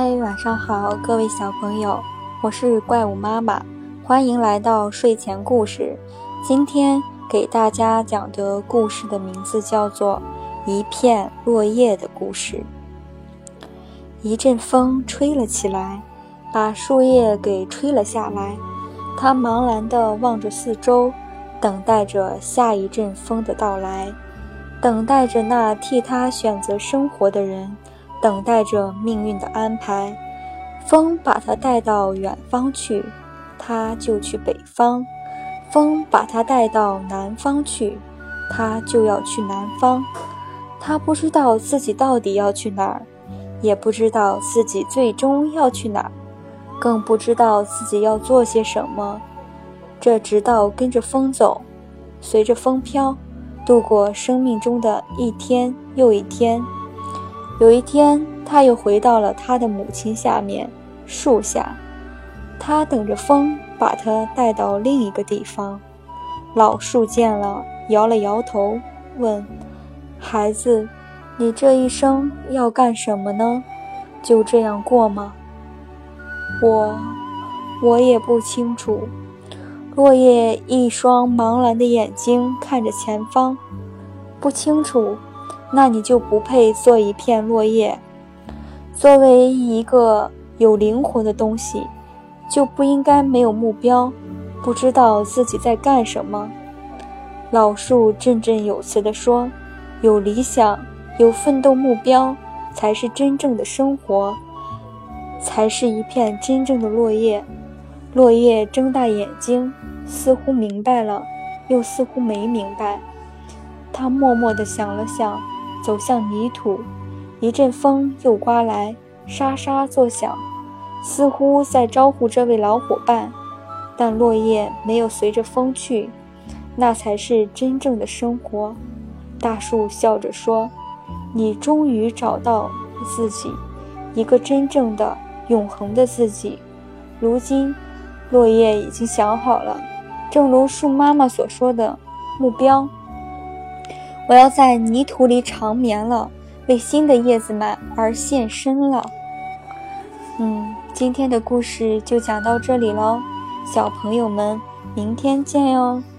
嗨，晚上好，各位小朋友，我是怪物妈妈，欢迎来到睡前故事。今天给大家讲的故事的名字叫做《一片落叶的故事》。一阵风吹了起来，把树叶给吹了下来。他茫然地望着四周，等待着下一阵风的到来，等待着那替他选择生活的人，等待着命运的安排。风把他带到远方去，他就去北方；风把他带到南方去，他就要去南方。他不知道自己到底要去哪儿，也不知道自己最终要去哪儿，更不知道自己要做些什么。这直到跟着风走，随着风飘，度过生命中的一天又一天。有一天，他又回到了他的母亲下面，树下。他等着风把他带到另一个地方。老树见了，摇了摇头，问：孩子，你这一生要干什么呢？就这样过吗？我也不清楚。落叶一双茫然的眼睛看着前方。不清楚，那你就不配做一片落叶。作为一个有灵魂的东西，就不应该没有目标，不知道自己在干什么。老树振振有词地说，有理想，有奋斗目标，才是真正的生活，才是一片真正的落叶。落叶睁大眼睛，似乎明白了，又似乎没明白。他默默地想了想，走向泥土。一阵风又刮来，沙沙作响，似乎在招呼这位老伙伴。但落叶没有随着风去，那才是真正的生活。大树笑着说，你终于找到自己，一个真正的永恒的自己。如今落叶已经想好了，正如树妈妈所说的目标，我要在泥土里长眠了，为新的叶子们而献身了。今天的故事就讲到这里咯，小朋友们，明天见哟。